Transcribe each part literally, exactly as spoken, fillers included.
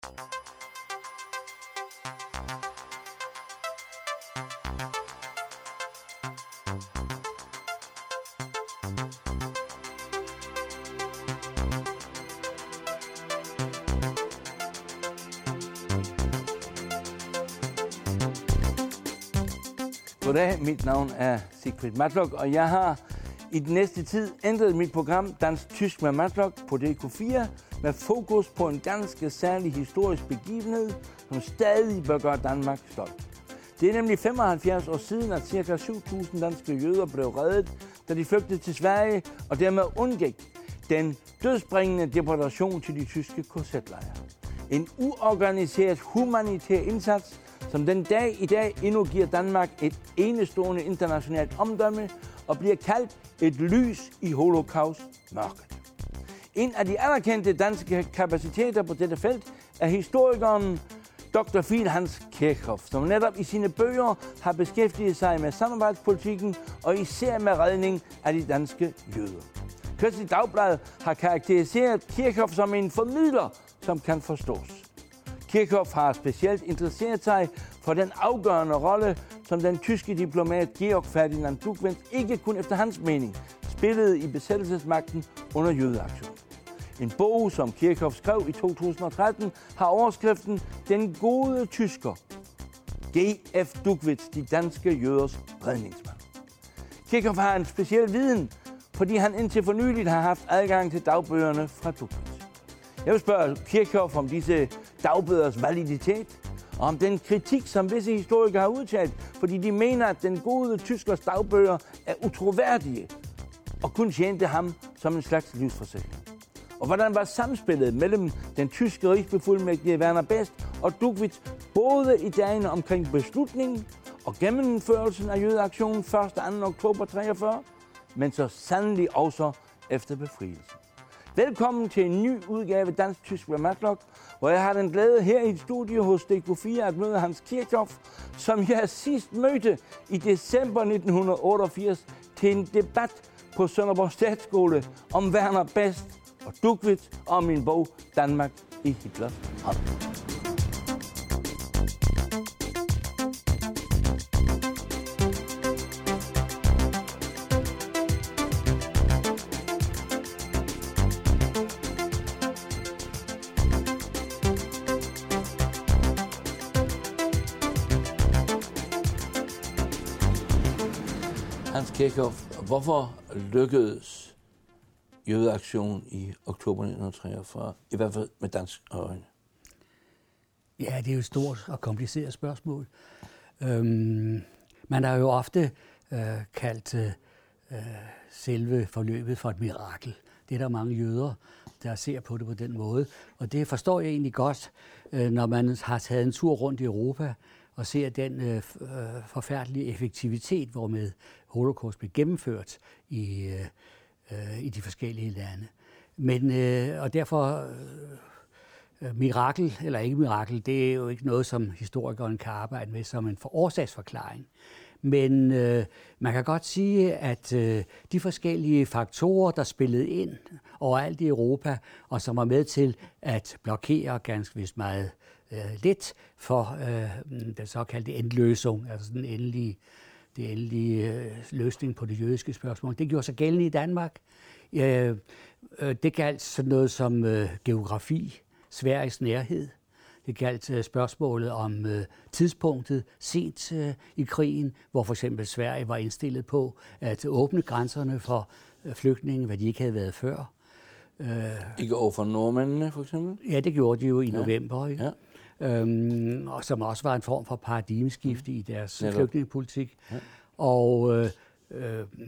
Goddag, mit navn er Siegfried Matlock, og jeg har i den næste tid ændret mit program Dansk-Tysk med Matlock på D K fire med fokus på en ganske særlig historisk begivenhed, som stadig bør gøre Danmark stolt. Det er nemlig femoghalvfjerds år siden, at ca. syv tusind danske jøder blev reddet, da de flygtede til Sverige og dermed undgik den dødsbringende deportation til de tyske K Z-lejre. En uorganiseret humanitær indsats, som den dag i dag endnu giver Danmark et enestående internationalt omdømme og bliver kaldt et lys i holocaust-mørket. En af de anerkendte danske kapaciteter på dette felt er historikeren doktor Phil Hans Kirchhoff, som netop i sine bøger har beskæftiget sig med samarbejdspolitikken og især med redning af de danske jøder. Kristeligt Dagblad har karakteriseret Kirchhoff som en formidler, som kan forstås. Kirchhoff har specielt interesseret sig for den afgørende rolle, som den tyske diplomat Georg Ferdinand Dugwitz ikke kun efter hans mening spillede i besættelsesmagten under jødeaktionen. En bog, som Kirchhoff skrev i to tusind og tretten, har overskriften Den gode tysker. G F Dugwitz, de danske jøders redningsmand. Kirchhoff har en speciel viden, fordi han indtil for nyligt har haft adgang til dagbøgerne fra Dugwitz. Jeg vil spørge Kirchhoff om disse dagbøgers validitet, og om den kritik, som visse historikere har udtalt, fordi de mener, at den gode tyskers dagbøger er utroværdige og kun tjente ham som en slags livsforsikring. Og hvordan var samspillet mellem den tyske rigsbefuldmægtige Werner Best og Dugwitz både i dagene omkring beslutningen og gennemførelsen af jødeaktionen første og anden oktober treogfyrre, men så sandelig også efter befrielsen. Velkommen til en ny udgave Dansk-Tysk med Matlock, hvor jeg har den glæde her i et studie hos D K fire at møde Hans Kirchhoff, som jeg sidst mødte i december nitten otteogfirs til en debat på Sønderborg Statsskole om Werner Best og Dugwitz og om min bog Danmark i Hitlers hånd. Hans Kirchhoff, hvorfor lykkedes jødeaktionen i oktober nitten treogfyrre, i hvert fald med dansk øjne? Ja, det er jo et stort og kompliceret spørgsmål. Øhm, man har jo ofte øh, kaldt øh, selve forløbet for et mirakel. Det er der mange jøder, der ser på det på den måde. Og det forstår jeg egentlig godt, øh, når man har taget en tur rundt i Europa og ser den øh, forfærdelige effektivitet, hvormed Holocaust blev gennemført i, øh, i de forskellige lande. Men, øh, og derfor, øh, mirakel eller ikke mirakel, det er jo ikke noget, som historikeren kan arbejde med som en årsagsforklaring. Men øh, man kan godt sige, at øh, de forskellige faktorer, der spillede ind overalt i Europa, og som var med til at blokere ganske vist meget øh, lidt for øh, den såkaldte endløsning, altså den endelige, det endelige øh, løsning på det jødiske spørgsmål, det gjorde sig gældende i Danmark. Øh, øh, det galt sådan noget som øh, geografi, Sveriges nærhed. Det galt uh, spørgsmålet om uh, tidspunktet sent uh, i krigen, hvor for eksempel Sverige var indstillet på at åbne grænserne for uh, flygtninge, hvad de ikke havde været før. Uh, ikke over for nordmændene, for eksempel? Ja, det gjorde de jo i ja. november, ikke? Ja. Um, og som også var en form for paradigmeskifte mm. i deres Netop. flygtningepolitik. Ja. Og uh, uh,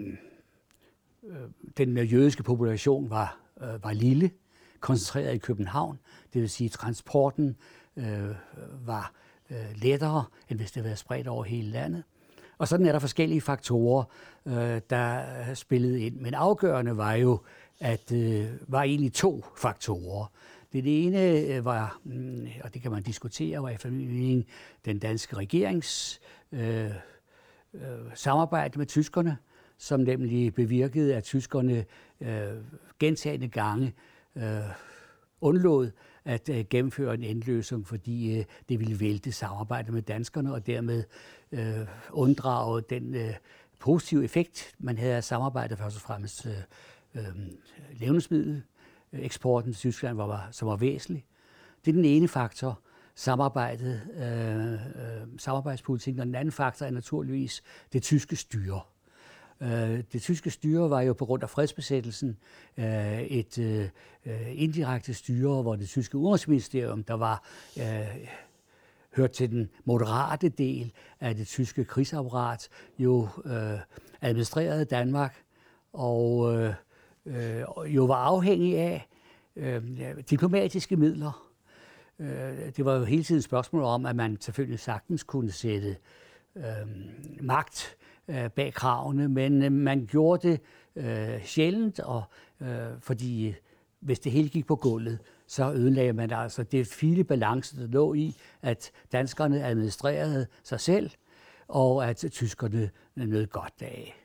uh, den jødiske population var, uh, var lille, koncentreret i København. Det vil sige, at transporten øh, var øh, lettere, end hvis det havde været spredt over hele landet. Og sådan er der forskellige faktorer, øh, der spillede ind. Men afgørende var jo, at øh, var egentlig to faktorer. Det, det ene øh, var, mm, og det kan man diskutere, var efter min mening den danske regerings øh, øh, samarbejde med tyskerne, som nemlig bevirkede, at tyskerne øh, gentagne gange øh, undlod at uh, gennemføre en endløsning, fordi uh, det ville vælte samarbejdet med danskerne, og dermed uh, unddrage den uh, positive effekt, man havde af samarbejdet, først og fremmest uh, uh, levnedsmiddeleksporten til Tyskland, var, som var væsentlig. Det er den ene faktor, samarbejdet, øh, øh, samarbejdspolitikken, og den anden faktor er naturligvis det tyske styre. Øh, det tyske styre var jo på grund af fredsbesættelsen øh, et øh, indirekte styre, hvor det tyske udenrigsministerium, der var øh, hørt til den moderate del af det tyske krigsapparat, jo øh, administrerede Danmark, og øh, øh, jo var afhængig af øh, diplomatiske midler. Det var jo hele tiden et spørgsmål om, at man selvfølgelig sagtens kunne sætte øh, magt øh, bag kravene, men øh, man gjorde det øh, sjældent, og, øh, fordi hvis det hele gik på gulvet, så ødelagde man altså det fine balance, der lå i, at danskerne administrerede sig selv, og at tyskerne nød godt af.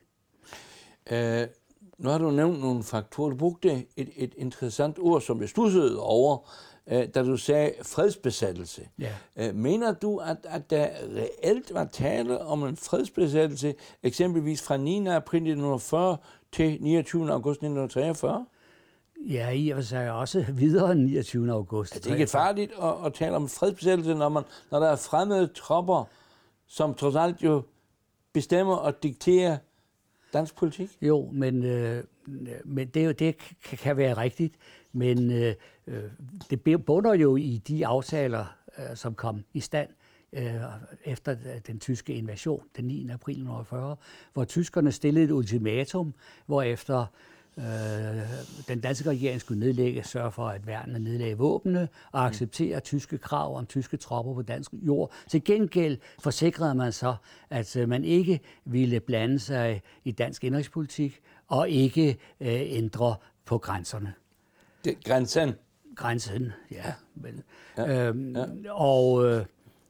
Uh, nu har du nævnt nogle faktorer. Du brugte et, et interessant ord, som jeg studsede over, da du sagde fredsbesættelse. Ja. Mener du, at, at der reelt var tale om en fredsbesættelse, eksempelvis fra niende april nitten fyrre til niogtyvende august nitten treogfyrre? Ja, i og for sig også videre end niogtyvende august. Er det ikke farligt at, at tale om fredsbesættelse, når, man, når der er fremmede tropper, som trods alt jo bestemmer og dikterer dansk politik? Jo, men, øh, men det, jo, det kan være rigtigt, men øh, det bunder jo i de aftaler, øh, som kom i stand øh, efter den tyske invasion den niende april nitten fyrre, hvor tyskerne stillede et ultimatum, hvorefter øh, den danske regering skulle nedlægge, sørge for, at værnene nedlagde våbnene og acceptere tyske krav om tyske tropper på dansk jord. Til gengæld forsikrede man så, at øh, man ikke ville blande sig i dansk indrigspolitik og ikke øh, ændre på grænserne. Det, grænsen? Grænsen, ja. Men, ja, øhm, ja. Og øh,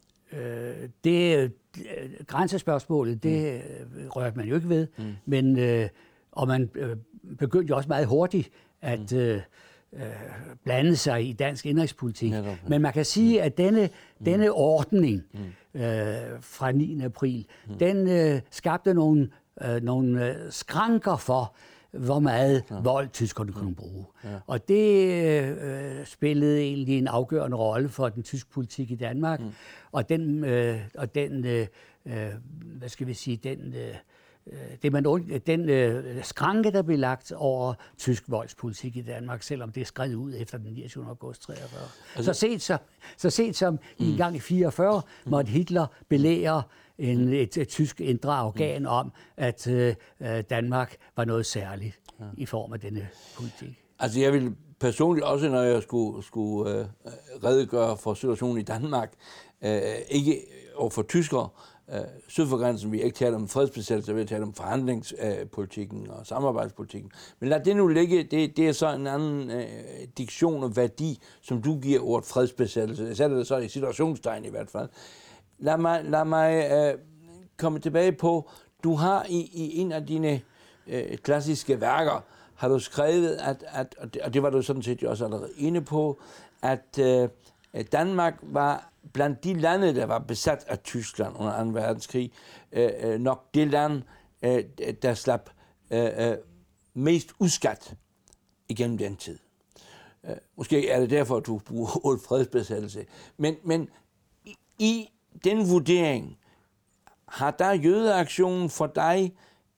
det grænsespørgsmålet, det mm. rørte man jo ikke ved, mm. men øh, og man øh, begyndte jo også meget hurtigt at mm. øh, blande sig i dansk indrigspolitik. Ja, men man kan sige, at denne, mm. denne ordning mm. øh, fra niende april, mm. den øh, skabte nogle, øh, nogle skranker for, hvor meget ja. vold tyskerne kunne bruge. Ja. Og det øh, spillede egentlig en afgørende rolle for den tyske politik i Danmark. Mm. Og den, øh, og den øh, hvad skal vi sige, den, øh, det man, den øh, skranke, der blev lagt over tysk voldspolitik i Danmark, selvom det er skrevet ud efter den niogtyvende august treogfyrre. Altså, så set som, så set som mm. i en gang i fireogfyrre mm. måtte Hitler belære en, et, et tysk indre organ mm. om, at øh, Danmark var noget særligt ja. i form af denne politik. Altså jeg vil personligt også, når jeg skulle, skulle øh, redegøre for situationen i Danmark, øh, ikke overfor tyskere, øh, syd for grænsen, vi ikke tale om fredsbesættelse, vi taler om forhandlingspolitikken øh, og samarbejdspolitikken. Men lad det nu ligge, det, det er så en anden øh, diktion og værdi, som du giver ordet fredsbesættelse. Jeg sætter det så i situationstegn i hvert fald. Lad mig, lad mig øh, komme tilbage på, du har i, i en af dine øh, klassiske værker, har du skrevet, at, at, og det var du sådan set også allerede inde på, at øh, Danmark var blandt de lande, der var besat af Tyskland under anden verdenskrig, øh, nok det land, øh, der slap øh, mest uskadt igennem den tid. Øh, måske er det derfor, at du bruger ordet fredsbesættelse. Men, men i, i den vurdering, har der jødeaktionen for dig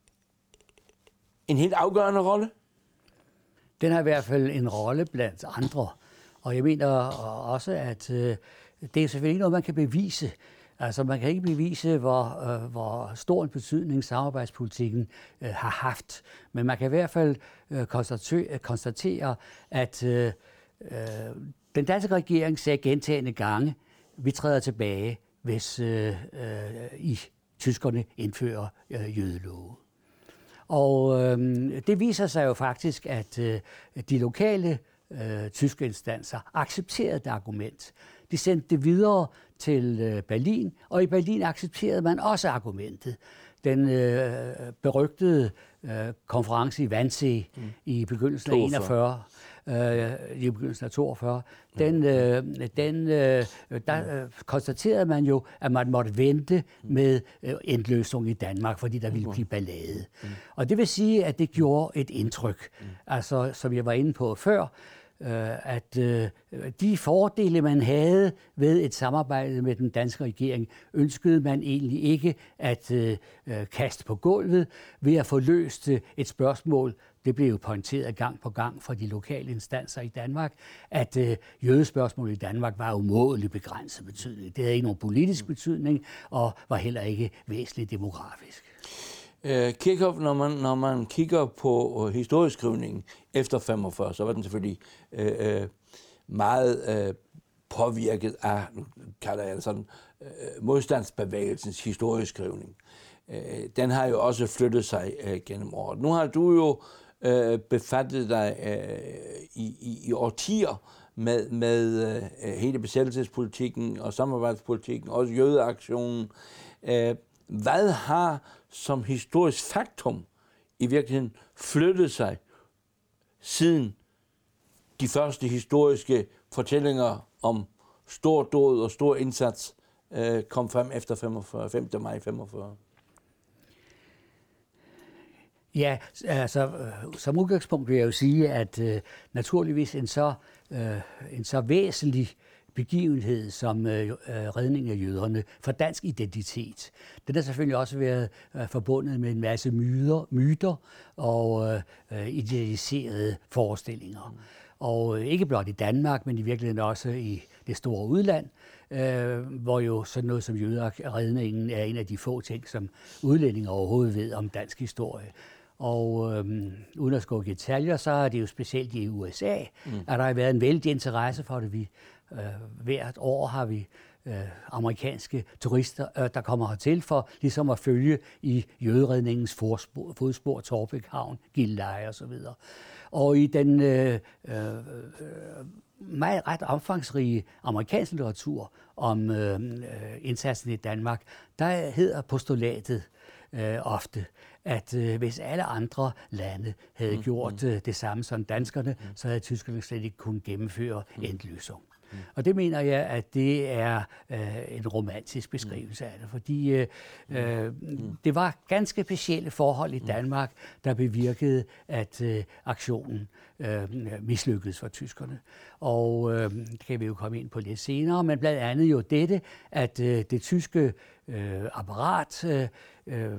en helt afgørende rolle? Den har i hvert fald en rolle blandt andre. Og jeg mener også, at øh, det er selvfølgelig ikke noget, man kan bevise. Altså, man kan ikke bevise, hvor, øh, hvor stor en betydning samarbejdspolitikken øh, har haft. Men man kan i hvert fald øh, konstatere, konstatere, at øh, øh, den danske regering sagde gentagne gange, vi træder tilbage, hvis øh, øh, I tyskerne indfører øh, jødelove. Og øh, det viser sig jo faktisk, at øh, de lokale øh, tyske instanser accepterede det argument. De sendte det videre til øh, Berlin, og i Berlin accepterede man også argumentet. Den øh, berygtede øh, konference i Wannsee mm. i begyndelsen af enogfyrre, øh, i begyndelsen af toogfyrre, den, øh, den, øh, der øh, konstaterede man jo, at man måtte vente med øh, endløsning i Danmark, fordi der ville blive ballade. Og det vil sige, at det gjorde et indtryk. Altså, som jeg var inde på før, at de fordele, man havde ved et samarbejde med den danske regering, ønskede man egentlig ikke at kaste på gulvet ved at få løst et spørgsmål. Det blev jo pointeret gang på gang fra de lokale instanser i Danmark, at jødespørgsmålet i Danmark var umådeligt begrænset betydning. Det havde ikke nogen politisk betydning og var heller ikke væsentligt demografisk. Uh, Kirchhoff, når man, når man kigger på uh, historieskrivningen efter femogfyrre, så var den selvfølgelig uh, uh, meget uh, påvirket af, nu kalder jeg det sådan, uh, modstandsbevægelsens historieskrivning. Uh, den har jo også flyttet sig uh, gennem året. Nu har du jo uh, befattet dig uh, i, i, i årtier med, med uh, hele besættelsespolitikken og samarbejdspolitikken, også jødeaktionen. Uh, Hvad har som historisk faktum i virkeligheden flyttet sig siden de første historiske fortællinger om stor dåd og stor indsats øh, kom frem efter femogfyrre, femte maj femogfyrre? Ja, altså som udgangspunkt vil jeg jo sige, at øh, naturligvis en så, øh, en så væsentlig begivenhed som øh, redning af jøderne for dansk identitet. Den har selvfølgelig også været øh, forbundet med en masse myter, myter og øh, idealiserede forestillinger. Mm. Og ikke blot i Danmark, men i virkeligheden også i det store udland, øh, hvor jo sådan noget som jøderedningen er en af de få ting, som udlændinge overhovedet ved om dansk historie. Og øhm, uden at gå i detaljer, så er det jo specielt i U S A, mm. at der har været en vældig interesse for det. Vi, øh, hvert år har vi øh, amerikanske turister, øh, der kommer hertil for ligesom at følge i jøderedningens fodspor, fodspor Taarbæk Havn, Gilleleje og så videre. Og i den øh, øh, meget ret omfangsrige amerikanske litteratur om øh, indsatsen i Danmark, der hedder postulatet øh, ofte, at øh, hvis alle andre lande havde mm, gjort øh, det samme som danskerne, mm. så havde tyskerne slet ikke kunnet gennemføre mm. endløsning. Mm. Og det mener jeg, at det er øh, en romantisk beskrivelse af det, fordi øh, øh, mm. det var ganske specielle forhold i Danmark, der bevirkede, at øh, aktionen øh, mislykkedes for tyskerne. Og øh, det kan vi jo komme ind på lidt senere, men blandt andet jo dette, at øh, det tyske øh, apparat øh, øh,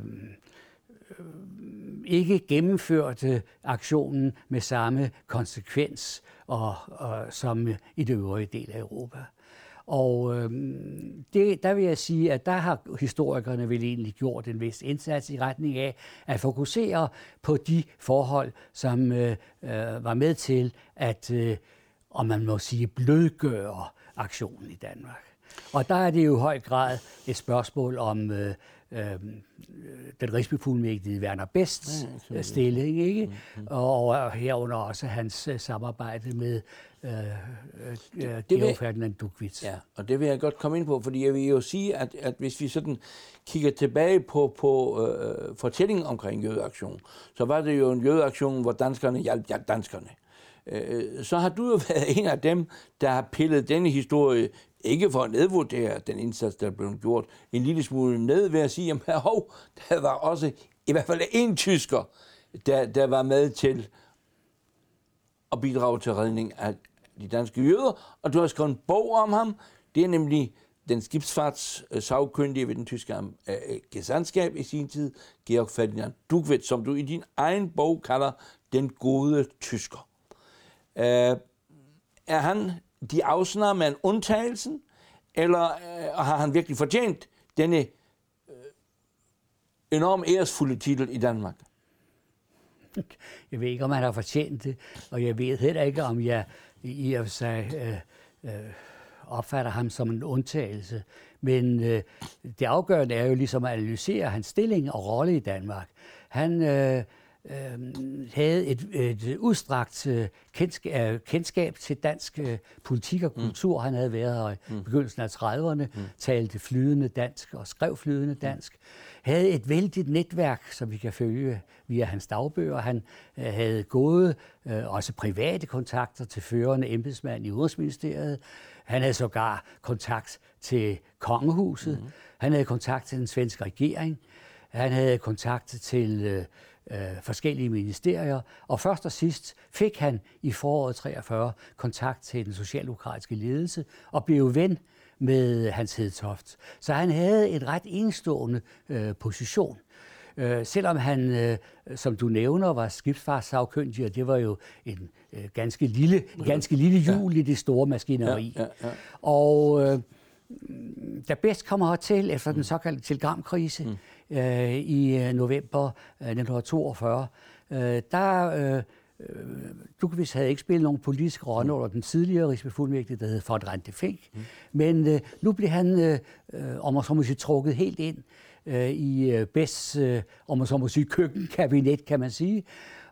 ikke gennemførte aktionen med samme konsekvens og, og, som i det øvrige del af Europa. Og øhm, det, der vil jeg sige, at der har historikerne vel egentlig gjort en vis indsats i retning af at fokusere på de forhold, som øh, øh, var med til at, øh, om man må sige, blødgøre aktionen i Danmark. Og der er det jo i høj grad et spørgsmål om øh, øh, den rigsbefuldmægtigede Werner Bests ja, stilling, ikke? Mm-hmm. Og herunder også hans uh, samarbejde med øh, øh, Georg Ferdinand Duckwitz. Ja, og det vil jeg godt komme ind på, fordi jeg vil jo sige, at, at hvis vi sådan kigger tilbage på, på øh, fortællingen omkring jødeaktionen, så var det jo en jødeaktion, hvor danskerne hjalp ja, danskerne. Øh, så har du jo været en af dem, der har pillet denne historie, ikke for at nedvurdere den indsats, der er blevet gjort, en lille smule ned ved at sige, at hov, der var også i hvert fald en tysker, der, der var med til at bidrage til redning af de danske jøder, og du har skrevet en bog om ham. Det er nemlig den skibsfartssagkyndige ved den tyske øh, gesandtskab i sin tid, Georg Ferdinand Duckwitz, som du i din egen bog kalder den gode tysker. Øh, er han de afsnare med en undtagelsen, eller øh, har han virkelig fortjent denne øh, enormt æresfulde titel i Danmark? Jeg ved ikke, om han har fortjent det, og jeg ved heller ikke, om jeg i og for sig øh, øh, opfatter ham som en undtagelse. Men øh, det afgørende er jo ligesom at analysere hans stilling og rolle i Danmark. Han øh, øh, havde et, et udstrakt øh, kendskab, kendskab til dansk øh, politik og kultur. Mm. Han havde været her i mm. begyndelsen af trediverne, mm. talte flydende dansk og skrev flydende dansk. Mm. Havde et vældigt netværk, som vi kan følge via hans dagbøger. Han øh, havde gode, øh, også private kontakter til førende embedsmænd i Udenrigsministeriet. Han havde sågar kontakt til kongehuset. Mm. Han havde kontakt til den svenske regering. Han havde kontakt til øh, øh, forskellige ministerier. Og først og sidst fik han i foråret treogfyrre kontakt til den socialdemokratiske ledelse og blev ven med Hans Hedtoft. Så han havde et ret enestående øh, position. Øh, selvom han, øh, som du nævner, var skibsfartssagkyndig, og det var jo en øh, ganske lille, ganske lille hjul ja. i det store maskineri. Ja, ja, ja. Og øh, da Best kommer hertil efter mm. den såkaldte telegramkrise mm. øh, i november nitten toogfyrre, øh, der øh, Dugwitz havde ikke spillet nogen politisk rolle mm. under den tidligere rigsbefuldmægtige, der hed von Rente-Fink, mm. men øh, nu blev han, øh, om man så må sige, trukket helt ind øh, i øh, Bests, øh, om man så må sige, køkkenkabinet, kan man sige.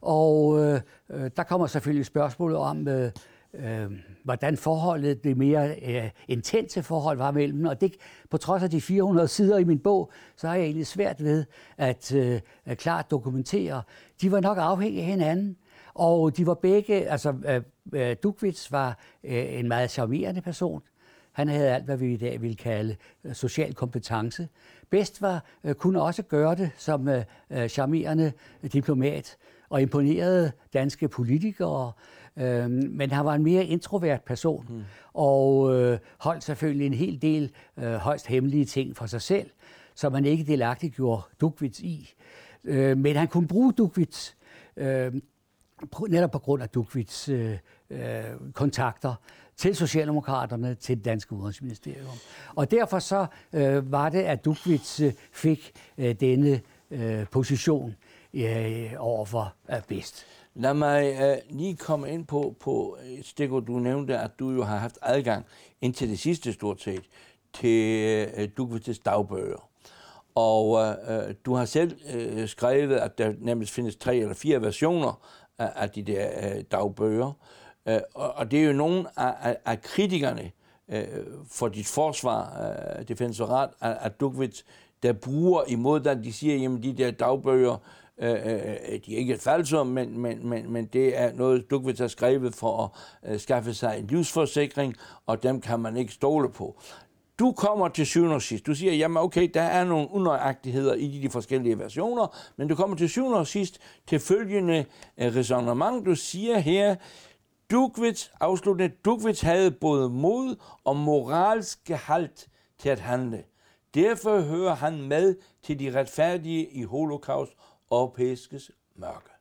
Og øh, der kommer selvfølgelig spørgsmålet om, øh, øh, hvordan forholdet, det mere øh, intense forhold var mellem dem. Og det, på trods af de fire hundrede sider i min bog, så har jeg egentlig svært ved at øh, klart dokumentere. De var nok afhængige af hinanden. Og de var begge, altså øh, Dugwitz var øh, en meget charmerende person. Han havde alt, hvad vi i dag ville kalde øh, social kompetence. Best var, øh, kunne også gøre det som øh, charmerende diplomat og imponerede danske politikere. Øh, men han var en mere introvert person mm. og øh, holdt selvfølgelig en hel del øh, højst hemmelige ting for sig selv, som man ikke delagtigt gjorde Dugwitz i. Øh, men han kunne bruge Dugwitz øh, netop på grund af Dugwitz øh, øh, kontakter til Socialdemokraterne, til det danske udenrigsministerium. Og derfor så øh, var det, at Dugwitz øh, fik øh, denne øh, position øh, overfor øh, Best. Lad mig øh, lige komme ind på, på et stik, du nævnte, at du jo har haft adgang indtil det sidste stort set til øh, Dugwitz' dagbøger. Og øh, du har selv øh, skrevet, at der nærmest findes tre eller fire versioner af de der øh, dagbøger. Øh, og, og det er jo nogle af, af, af kritikerne øh, for dit forsvar, øh, defensorat, af, af Dugwitz, der bruger imod dig, de siger, jamen de der dagbøger, øh, øh, de er ikke et falsum, men, men, men, men det er noget, Dugwitz har skrevet for at øh, skaffe sig en livsforsikring, og dem kan man ikke stole på. Du kommer til syvende og sidst. Du siger, jamen okay, der er nogle unøjagtigheder i de forskellige versioner, men du kommer til syvende og sidst til følgende uh, ræsonnement. Du siger her, Dugwitz, afsluttende, Dugwitz havde både mod og moralsk gehalt til at handle. Derfor hører han med til de retfærdige i holocaust og europæiskes mørke.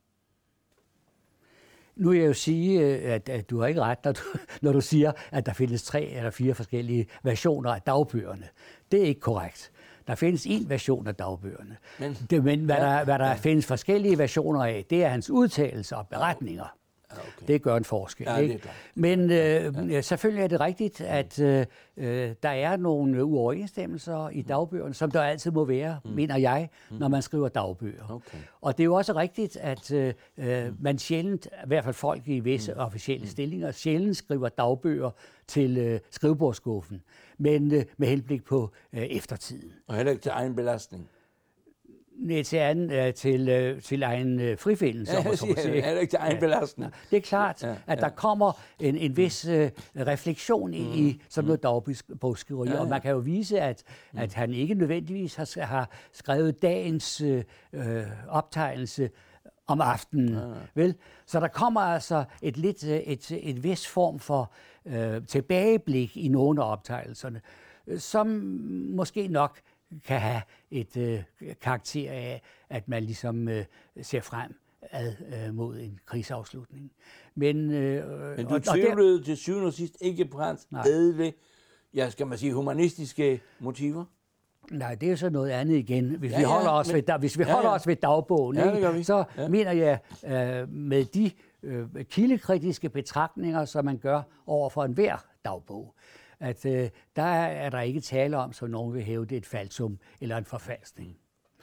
Nu vil jeg jo sige, at, at du har ikke ret, når du, når du siger, at der findes tre eller fire forskellige versioner af dagbøgerne. Det er ikke korrekt. Der findes én version af dagbøgerne. Men, det, men hvad, ja, der, hvad der ja. findes forskellige versioner af, det er hans udtalelser og beretninger. Okay. Det gør en forskel. Ja, ikke? Men øh, ja. selvfølgelig er det rigtigt, at øh, der er nogle uoverensstemmelser i dagbøgerne, som der altid må være, mm. mener jeg, mm. når man skriver dagbøger. Okay. Og det er jo også rigtigt, at øh, man sjældent, i hvert fald folk i visse mm. officielle stillinger, sjældent skriver dagbøger til øh, skrivebordsskuffen, men øh, med henblik på øh, eftertiden. Og heller ikke til egen belastning. Nej, til, anden, til, til egen frifindelse. Ja, jeg siger, det er ikke til egen belastning. Ja, det er klart, ja, at der kommer en, en vis uh, refleksion mm, i sådan noget dagbogsskriveri, ja, ja. Og man kan jo vise, at, mm. at han ikke nødvendigvis har, har skrevet dagens uh, optegnelse om aftenen. Ja, ja. Vel? Så der kommer altså et, lidt, et, et vis form for uh, tilbageblik i nogle af optegnelserne, som måske nok kan have et øh, karakter af, at man ligesom øh, ser frem ad, øh, mod en krigsafslutning. Men, øh, Men du tvivlede der... til syvende og sidst ikke på hans ædle, ja, skal man sige, humanistiske motiver? Nej, det er jo så noget andet igen. Hvis ja, vi holder, ja, os, men... ved, hvis vi holder ja, ja. os ved dagbogen, ja, ikke, så ja. mener jeg, øh, med de øh, kildekritiske betragtninger, som man gør over for enhver dagbog, at øh, der er der ikke tale om, som nogen vil hæve det, et falsum eller en forfalskning.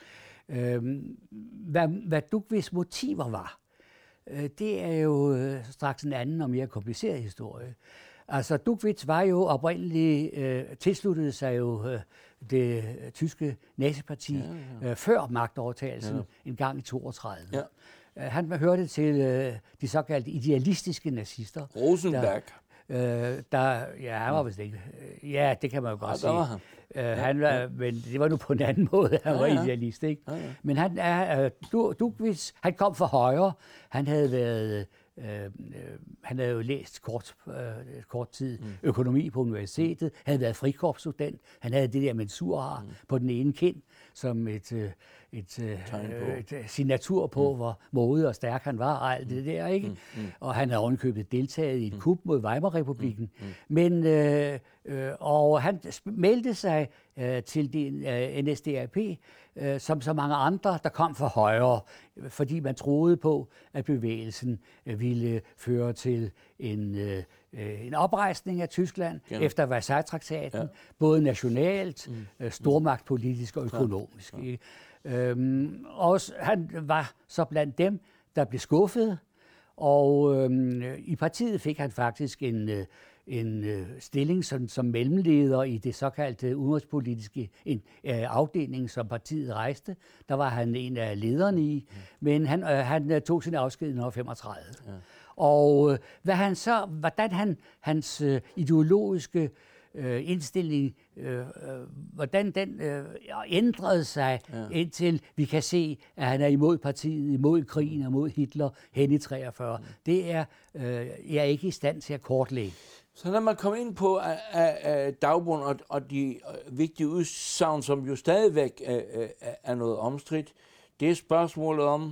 Øh, hvad, hvad Dugwitz motiver var, øh, det er jo øh, straks en anden og mere kompliceret historie. Altså, Dugwitz var jo oprindeligt, øh, tilsluttede sig jo øh, det øh, tyske naziparti ja, ja. Øh, før magtovertagelsen, ja. en gang i toogtredive. Ja. Øh, han hørte til øh, de såkaldte idealistiske nazister. Rosenberg. Der, øh, der, ja, han var vist ikke. Ja, det kan man jo godt ja, sige. Var han. Øh, ja, han var, ja. Men det var nu på en anden måde, han ja, var idealist, ikke? Ja, ja. Men han er, øh, Dugwitz, han kom fra højre. Han havde været... Øh, øh, han havde jo læst kort, øh, kort tid økonomi på universitetet, havde været frikorpsstudent, han havde det der mensurar mm. på den ene kind, som et, øh, et, øh, et, et signatur på, mm. hvor modig og stærk han var, og alt det der, ikke? Mm. Mm. Og han havde ovenikøbet deltaget i et kup mod Weimar-republikken. Mm. Mm. Men, øh, øh, og han meldte sig øh, til den, øh, N S D A P, øh, som så mange andre, der kom fra højre, fordi man troede på, at bevægelsen øh, ville føre til en, øh, en oprejsning af Tyskland ja. efter Versailles-traktaten, ja. både nationalt, mm. øh, stormagtpolitisk og økonomisk. Ja. Ja. Øhm, og han var så blandt dem, der blev skuffet, og øhm, i partiet fik han faktisk en, en øh, stilling som, som mellemleder i det såkaldte udenrigspolitiske en, øh, afdeling, som partiet rejste. Der var han en af lederne i, mm. men han, øh, han tog sin afsked i nitten femogtredive. Ja. Og øh, hvad han så, hvordan han, hans øh, ideologiske øh, indstilling, øh, øh, hvordan den øh, ændrede sig, ja. indtil vi kan se, at han er imod partiet, imod krigen og imod Hitler hen i treogfyrre. Mm. Det er øh, jeg er ikke i stand til at kortlægge. Så når man kommer ind på uh, uh, dagbogen og, og de uh, vigtige udsagn, som jo stadigvæk uh, uh, er noget omstridt, det er spørgsmålet om,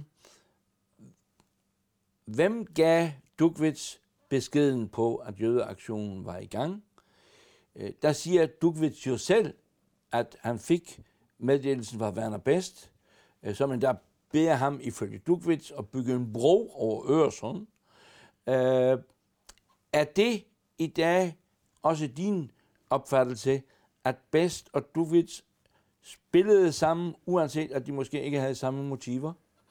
hvem gav Dugwitz beskeden på, at jødeaktionen var i gang? Uh, der siger Dugwitz jo selv, at han fik meddelelsen fra Werner Best, uh, som en der beder ham ifølge Dugwitz at bygge en bro over Øresund. Uh, er det i dag også din opfattelse, at Best og Dugwitz spillede sammen, uanset at de måske ikke havde samme motiver?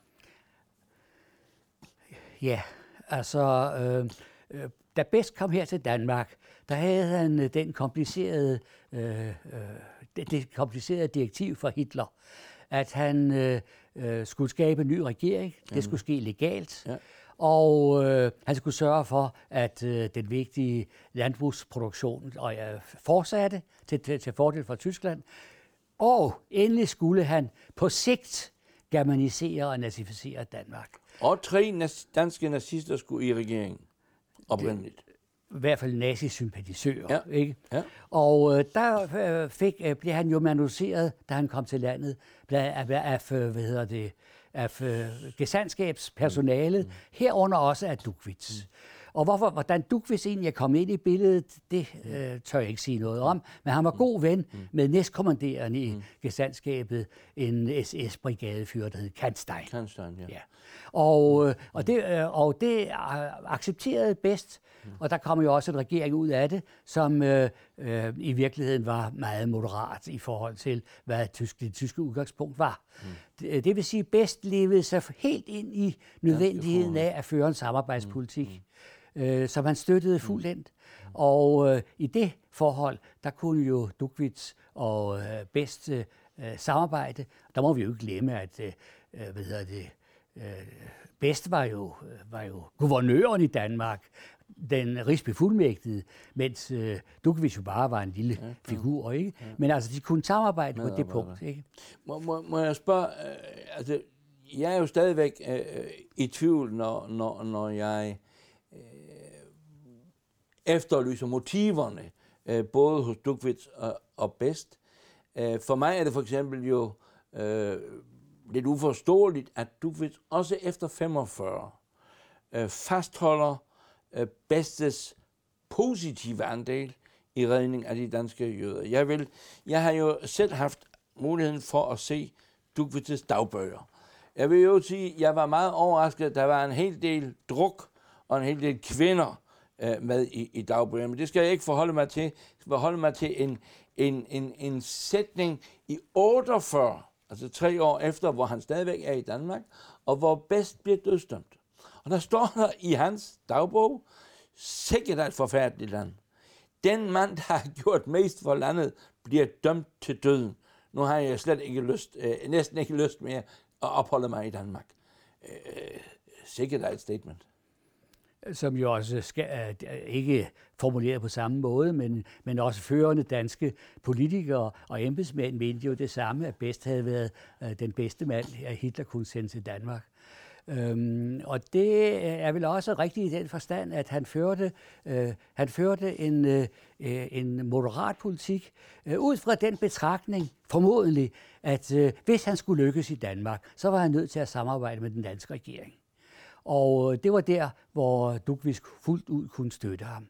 Ja, altså, øh, øh, da Best kom her til Danmark, der havde han øh, den komplicerede, øh, øh, det, det komplicerede direktiv for Hitler, at han øh, øh, skulle skabe en ny regering. Det Jamen. skulle ske legalt. Ja. Og øh, han skulle sørge for, at øh, den vigtige landbrugsproduktion og, øh, fortsatte til, til, til fordel for Tyskland. Og endelig skulle han på sigt germanisere og nazificere Danmark. Og tre nas- danske nazister skulle i regeringen oprindeligt. I hvert fald nazisympatisører, ja. ikke? Ja. Og øh, der øh, fik, øh, blev han jo manuseret, da han kom til landet, af, af, af hvad hedder det, af øh, gesandskabspersonalet, mm. herunder også af Dugwitz. Mm. Og hvorfor, hvordan Dugwitz egentlig er kommet ind i billedet, det øh, tør jeg ikke sige noget om, men han var god ven mm. med næstkommanderende i mm. gesandskabet, en S S-brigadefyr, der hed Kanstein. Kanstein, ja. ja. Og, øh, og, det, øh, og det accepterede Best, mm. og der kom jo også en regering ud af det, som øh, øh, i virkeligheden var meget moderat i forhold til, hvad tysk, det tyske udgangspunkt var. Mm. Det, det vil sige, at Best levede sig helt ind i nødvendigheden af at føre en samarbejdspolitik. Mm. Øh, som han støttede fuldendt. Mm. Og øh, i det forhold, der kunne jo Dugwitz og øh, Best øh, samarbejde. Der må vi jo ikke glemme, at øh, hvad hedder det, øh, Best var jo, var jo guvernøren i Danmark, den rigsbefuldmægtigede, mens øh, Dugwitz jo bare var en lille ja, ja. figur, ikke? Ja. Men altså, de kunne samarbejde ja, på det punkt, ikke? Må, må, må jeg spørge, øh, altså, jeg er jo stadigvæk øh, i tvivl, når, når, når jeg efterlyser motiverne, øh, både hos Dugwitz og, og Best. Øh, for mig er det for eksempel jo øh, lidt uforståeligt, at Dugwitz også efter femogfyrre øh, fastholder øh, Bestes positive andel i redning af de danske jøder. Jeg, vil, jeg har jo selv haft muligheden for at se Dugwitz's dagbøger. Jeg vil jo sige, at jeg var meget overrasket, at der var en hel del druk og en hel del kvinder øh, med i, i dagbøgerne. Men det skal jeg ikke forholde mig til. Jeg skal forholde mig til en, en, en, en sætning i otteogfyrre, altså tre år efter, hvor han stadigvæk er i Danmark, og hvor Best bliver dødsdømt. Og der står der i hans dagbog, sikkert et forfærdeligt land. Den mand, der har gjort mest for landet, bliver dømt til døden. Nu har jeg slet ikke lyst, øh, næsten ikke lyst mere at opholde mig i Danmark. Øh, sikkert et statement. Som jo også skal, ikke formuleret på samme måde, men, men også førende danske politikere og embedsmænd mente jo det samme, at Best havde været øh, den bedste mand, at Hitler kunne sende til Danmark. Øhm, og det er vel også rigtigt i den forstand, at han førte, øh, han førte en, øh, en moderat politik, øh, ud fra den betragtning, formodentlig, at øh, hvis han skulle lykkes i Danmark, så var han nødt til at samarbejde med den danske regering. Og det var der, hvor Dugwitz fuldt ud kunne støtte ham.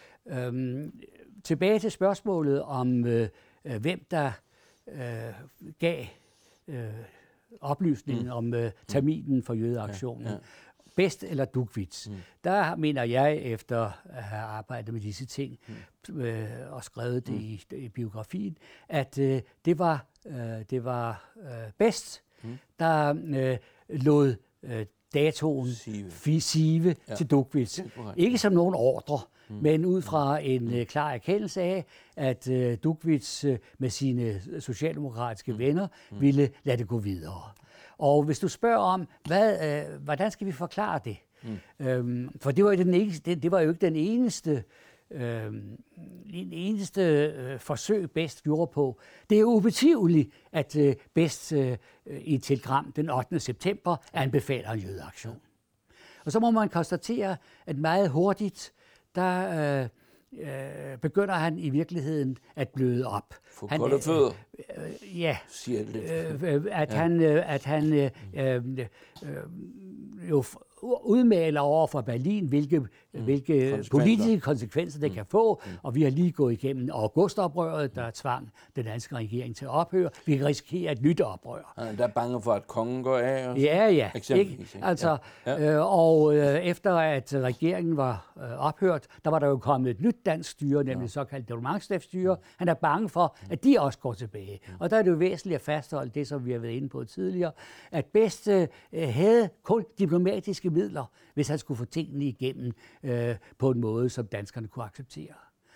Øhm, tilbage til spørgsmålet om, øh, hvem der øh, gav øh, oplysningen mm. om øh, terminen for jødeaktionen. Ja, ja. Best eller Dugwitz. Mm. Der mener jeg, efter at have arbejdet med disse ting mm. øh, og skrevet det mm. i, i biografien, at øh, det var, øh, det var øh, Best, mm. der øh, lod øh, datoen sive, sive ja. til Dugwitz. Ikke som nogen ordre, mm. men ud fra en uh, klar erkendelse af, at uh, Dugwitz uh, med sine socialdemokratiske mm. venner mm. ville lade det gå videre. Og hvis du spørger om, hvad, uh, hvordan skal vi forklare det? Mm. Um, for det var, jo den eneste, det, det var jo ikke den eneste Øh, en eneste øh, forsøg Best gjorde på. Det er jo ubetvivligt, at øh, Best øh, i et telegram den ottende september anbefaler en jødeaktion. Og så må man konstatere, at meget hurtigt, der øh, øh, begynder han i virkeligheden at bløde op. For kolde fødder, øh, ja, siger det lidt. Øh, at, ja. Han, øh, at han øh, øh, øh, jo udmaler over for Berlin, hvilke, mm. hvilke konsekvenser. politiske konsekvenser det mm. kan få, mm. og vi har lige gået igennem augustoprøret, der tvang den danske regering til at ophøre. Vi kan risikere et nyt oprør. Ja, der er bange for, at kongen går af? Og ja, ja. Ikke? Altså, ja. Ja. Øh, og øh, efter at regeringen var øh, ophørt, der var der jo kommet et nyt dansk styre, nemlig ja. såkaldt departementschefstyre. Han er bange for, at de også går tilbage. Mm. Og der er det jo væsentligt at fastholde det, som vi har været inde på tidligere, at Best øh, havde kun diplomatiske midler, hvis han skulle få tingene igennem øh, på en måde, som danskerne kunne acceptere.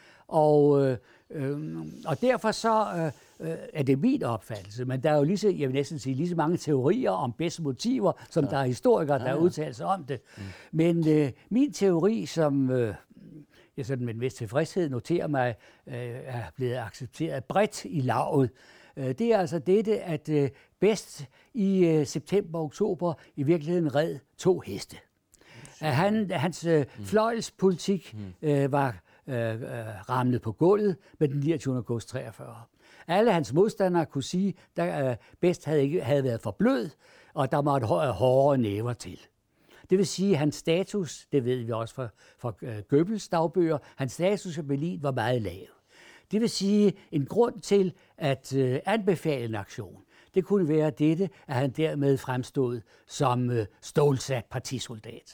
Og, øh, øh, og derfor så øh, er det min opfattelse, men der er jo lige så, jeg vil næsten sige, lige så mange teorier om bedste motiver, som ja. der er historikere, der ja, ja. udtaler sig om det. Mm. Men øh, min teori, som øh, jeg sådan med en vis tilfredshed noterer mig, øh, er blevet accepteret bredt i laget, øh, det er altså dette, at øh, Best i øh, september og oktober i virkeligheden red to heste. At han, hans øh, fløjelspolitik øh, var øh, øh, ramlet på gulvet med den niogtyvende august treogfyrre. Alle hans modstandere kunne sige, at øh, Best havde, ikke, havde været for blød, og der måtte hårdere næver til. Det vil sige, at hans status, det ved vi også fra, fra øh, Goebbels dagbøger, hans status i Berlin var meget lav. Det vil sige, en grund til at øh, anbefale en aktion, det kunne være dette, at han dermed fremstod som øh, stålsat partisoldat.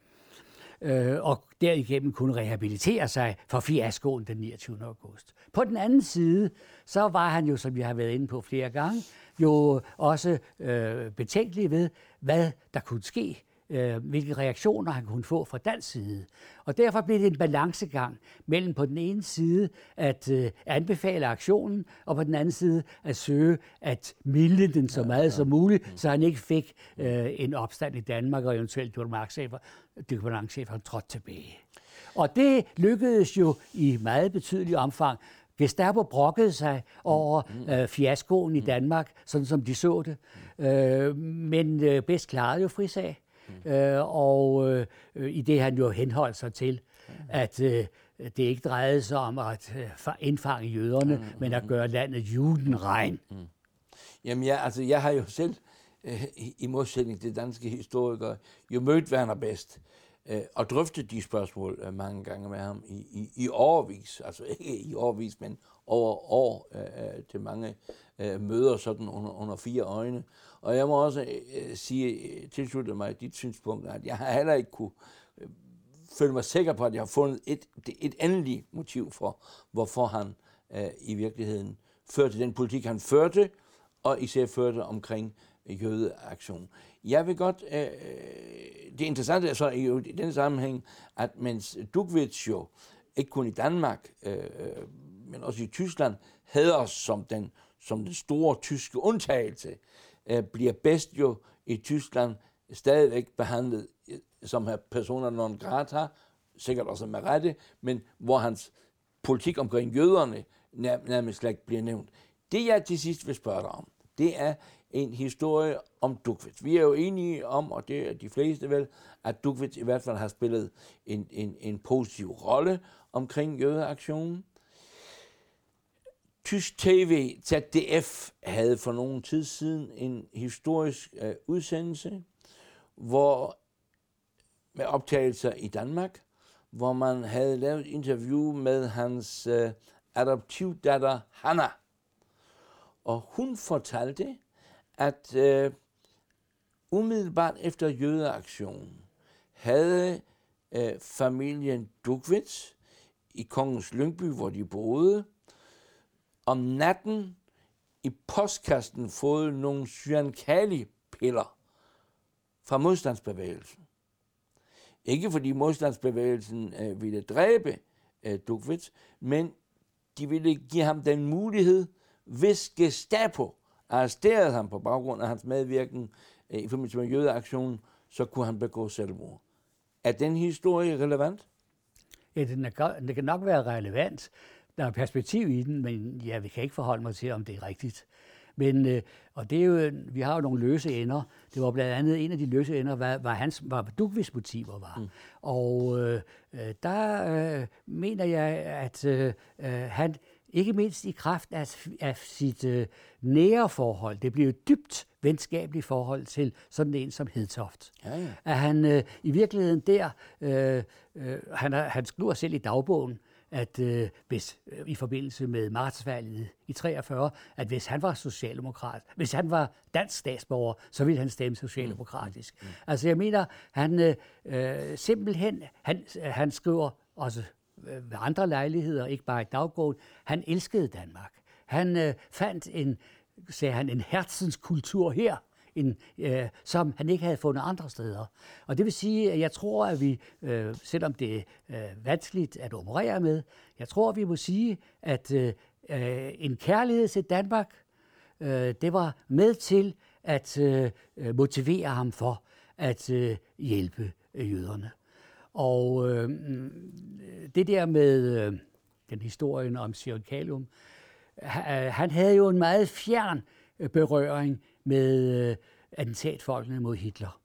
Øh, og derigennem kunne rehabilitere sig for fiaskoen den niogtyvende august. På den anden side, så var han jo, som vi har været inde på flere gange, jo også øh, betænkelig ved, hvad der kunne ske, øh, hvilke reaktioner han kunne få fra dansk side. Og derfor blev det en balancegang mellem på den ene side at øh, anbefale aktionen, og på den anden side at søge at milde den så meget ja, ja. som muligt, så han ikke fik øh, en opstand i Danmark, og eventuelt departementscheferne trådte tilbage. Og det lykkedes jo i meget betydelig omfang. Gestapo brokkede sig over øh, fiaskoen i Danmark, sådan som de så det. Øh, men øh, Best klarede jo frisag. Øh, og øh, i det han jo henholdt sig til, at øh, det ikke drejede sig om at øh, indfange jøderne, mm, men at gøre landet judenrein. Mm. Jamen ja, altså jeg har jo selv, øh, i modsætning til danske historikere, jo mødt Werner Best øh, og drøftet de spørgsmål øh, mange gange med ham i, i, i årevis, altså ikke i årevis, men over år øh, til mange øh, møder sådan under, under fire øjne. Og jeg må også øh, sige, tilslutte mig dit synspunkt, at jeg har heller ikke kunne øh, føle mig sikker på, at jeg har fundet et, et endeligt motiv for, hvorfor han øh, i virkeligheden førte den politik, han førte, og især førte omkring jødeaktionen. Jeg vil godt, øh, det interessante er så i, i den sammenhæng, at mens Duckwitz jo, ikke kun i Danmark, øh, men også i Tyskland, hædres som den, som den store tyske undtagelse, øh, bliver bedst jo i Tyskland stadigvæk behandlet som her personer non grata, sikkert også med rette, men hvor hans politik omkring jøderne nærmest slet ikke bliver nævnt. Det jeg til sidst vil spørge dig om, det er en historie om Duckwitz. Vi er jo enige om, og det er de fleste vel, at Duckwitz i hvert fald har spillet en, en, en positiv rolle omkring jødeaktionen. Tysk tv, Z D F, havde for nogen tid siden en historisk øh, udsendelse, hvor med optagelser i Danmark, hvor man havde lavet et interview med hans øh, adoptivdatter Hanna. Og hun fortalte, at øh, umiddelbart efter jødeaktionen havde øh, familien Duckwitz i Kongens Lyngby, hvor de boede, om natten i postkassen fået nogle Cyankali-piller fra modstandsbevægelsen. Ikke fordi modstandsbevægelsen øh, ville dræbe øh, Duckwitz, men de ville give ham den mulighed, hvis Gestapo arresterede ham på baggrund af hans medvirken øh, i forbindelse med jødeaktionen, så kunne han begå selvmord. Er den historie relevant? Ja, den, er, den kan nok være relevant. Der er perspektiv i den, men ja, vi kan ikke forholde mig til, om det er rigtigt. Men, øh, og det er jo, vi har jo nogle løse ender. Det var blandt andet en af de løse ender, var, var hans, var Duckwitz motiver var. Mm. Og øh, der øh, mener jeg, at øh, han, ikke mindst i kraft af, af sit øh, nære forhold, det blev et dybt venskabeligt forhold til sådan en som Hedtoft. Ja, ja. At han øh, i virkeligheden der, øh, øh, han, han skriver selv i dagbogen, at øh, hvis øh, i forbindelse med martsvalget i treogfyrre, at hvis han var socialdemokrat, hvis han var dansk statsborger, så ville han stemme socialdemokratisk. Mm. Mm. Altså jeg mener, han øh, simpelthen, han, han skriver også øh, ved andre lejligheder, ikke bare i dagbogen, han elskede Danmark. Han øh, fandt en, sagde han, en herzens kultur her, En, øh, som han ikke havde fundet andre steder. Og det vil sige, at jeg tror, at vi, øh, selvom det er øh, vanskeligt at operere med, jeg tror, at vi må sige, at øh, en kærlighed til Danmark, øh, det var med til at øh, motivere ham for at øh, hjælpe øh, jøderne. Og øh, det der med øh, den historien om Cyankalium, han havde jo en meget fjern berøring med øh, attentatfolkene mod Hitler.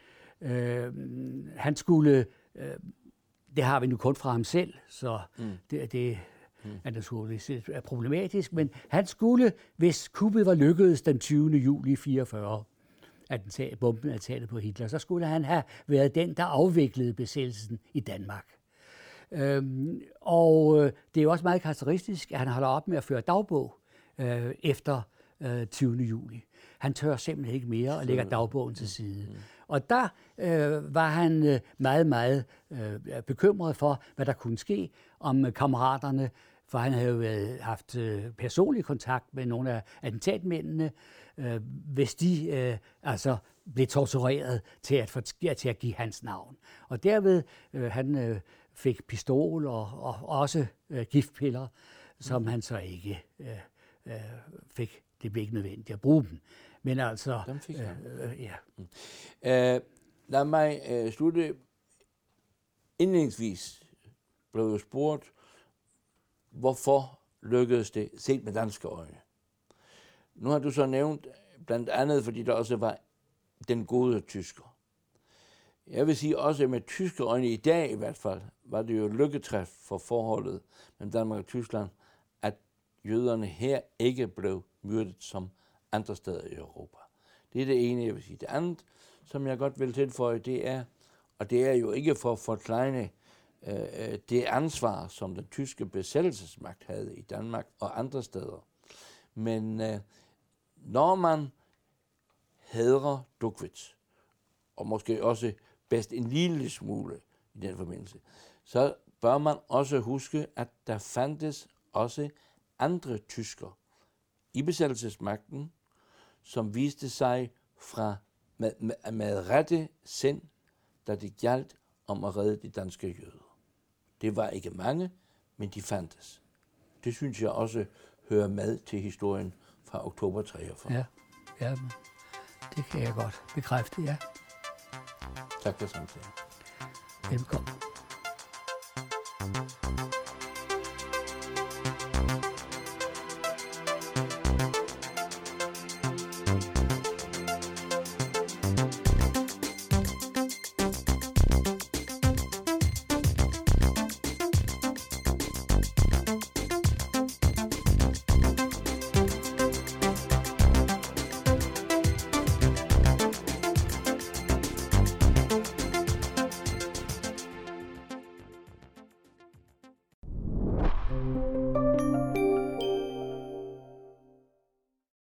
Øh, han skulle, øh, det har vi nu kun fra ham selv, så mm. det, det mm. er naturligvis er problematisk, men han skulle, hvis kuppet var lykkedes den tyvende juli fireogfyrre, attentat, bombeattentatet på Hitler, så skulle han have været den, der afviklede besættelsen i Danmark. Øhm, og det er jo også meget karakteristisk, at han holder op med at føre dagbog øh, efter øh, tyvende juli. Han tør simpelthen ikke mere og lægger dagbogen til side. Mm. Og der øh, var han øh, meget, meget øh, bekymret for, hvad der kunne ske om øh, kammeraterne, for han havde jo øh, haft øh, personlig kontakt med nogle af attentatmændene, øh, hvis de øh, altså blev tortureret til at, for, til at give hans navn. Og derved øh, han øh, fik pistol og, og også øh, giftpiller, som mm. han så ikke øh, øh, fik. Det blev ikke nødvendigt at bruge dem. Men altså... Dem fik han. Øh, øh, ja. Mm. Øh, lad mig øh, slutte. Indledningsvis blev jo spurgt, hvorfor lykkedes det set med danske øjne? Nu har du så nævnt, blandt andet, fordi der også var den gode tysker. Jeg vil sige også, at med tyske øjne i dag i hvert fald, var det jo lykketræf for forholdet mellem Danmark og Tyskland, at jøderne her ikke blev myrdet som andre steder i Europa. Det er det ene, jeg vil sige. Det andet, som jeg godt vil tilføje, det er, og det er jo ikke for at forklejne øh, det ansvar, som den tyske besættelsesmagt havde i Danmark og andre steder. Men øh, når man hædrer Duckwitz, og måske også bedst en lille smule i den forbindelse, så bør man også huske, at der fandtes også andre tyskere i besættelsesmagten, som viste sig fra med, med, med rette sind, da det gjaldt om at redde de danske jøder. Det var ikke mange, men de fandtes. Det synes jeg også hører med til historien fra oktober treogfyrre. Ja, ja, det kan jeg godt bekræfte, ja. Tak for samtalen. Velkommen.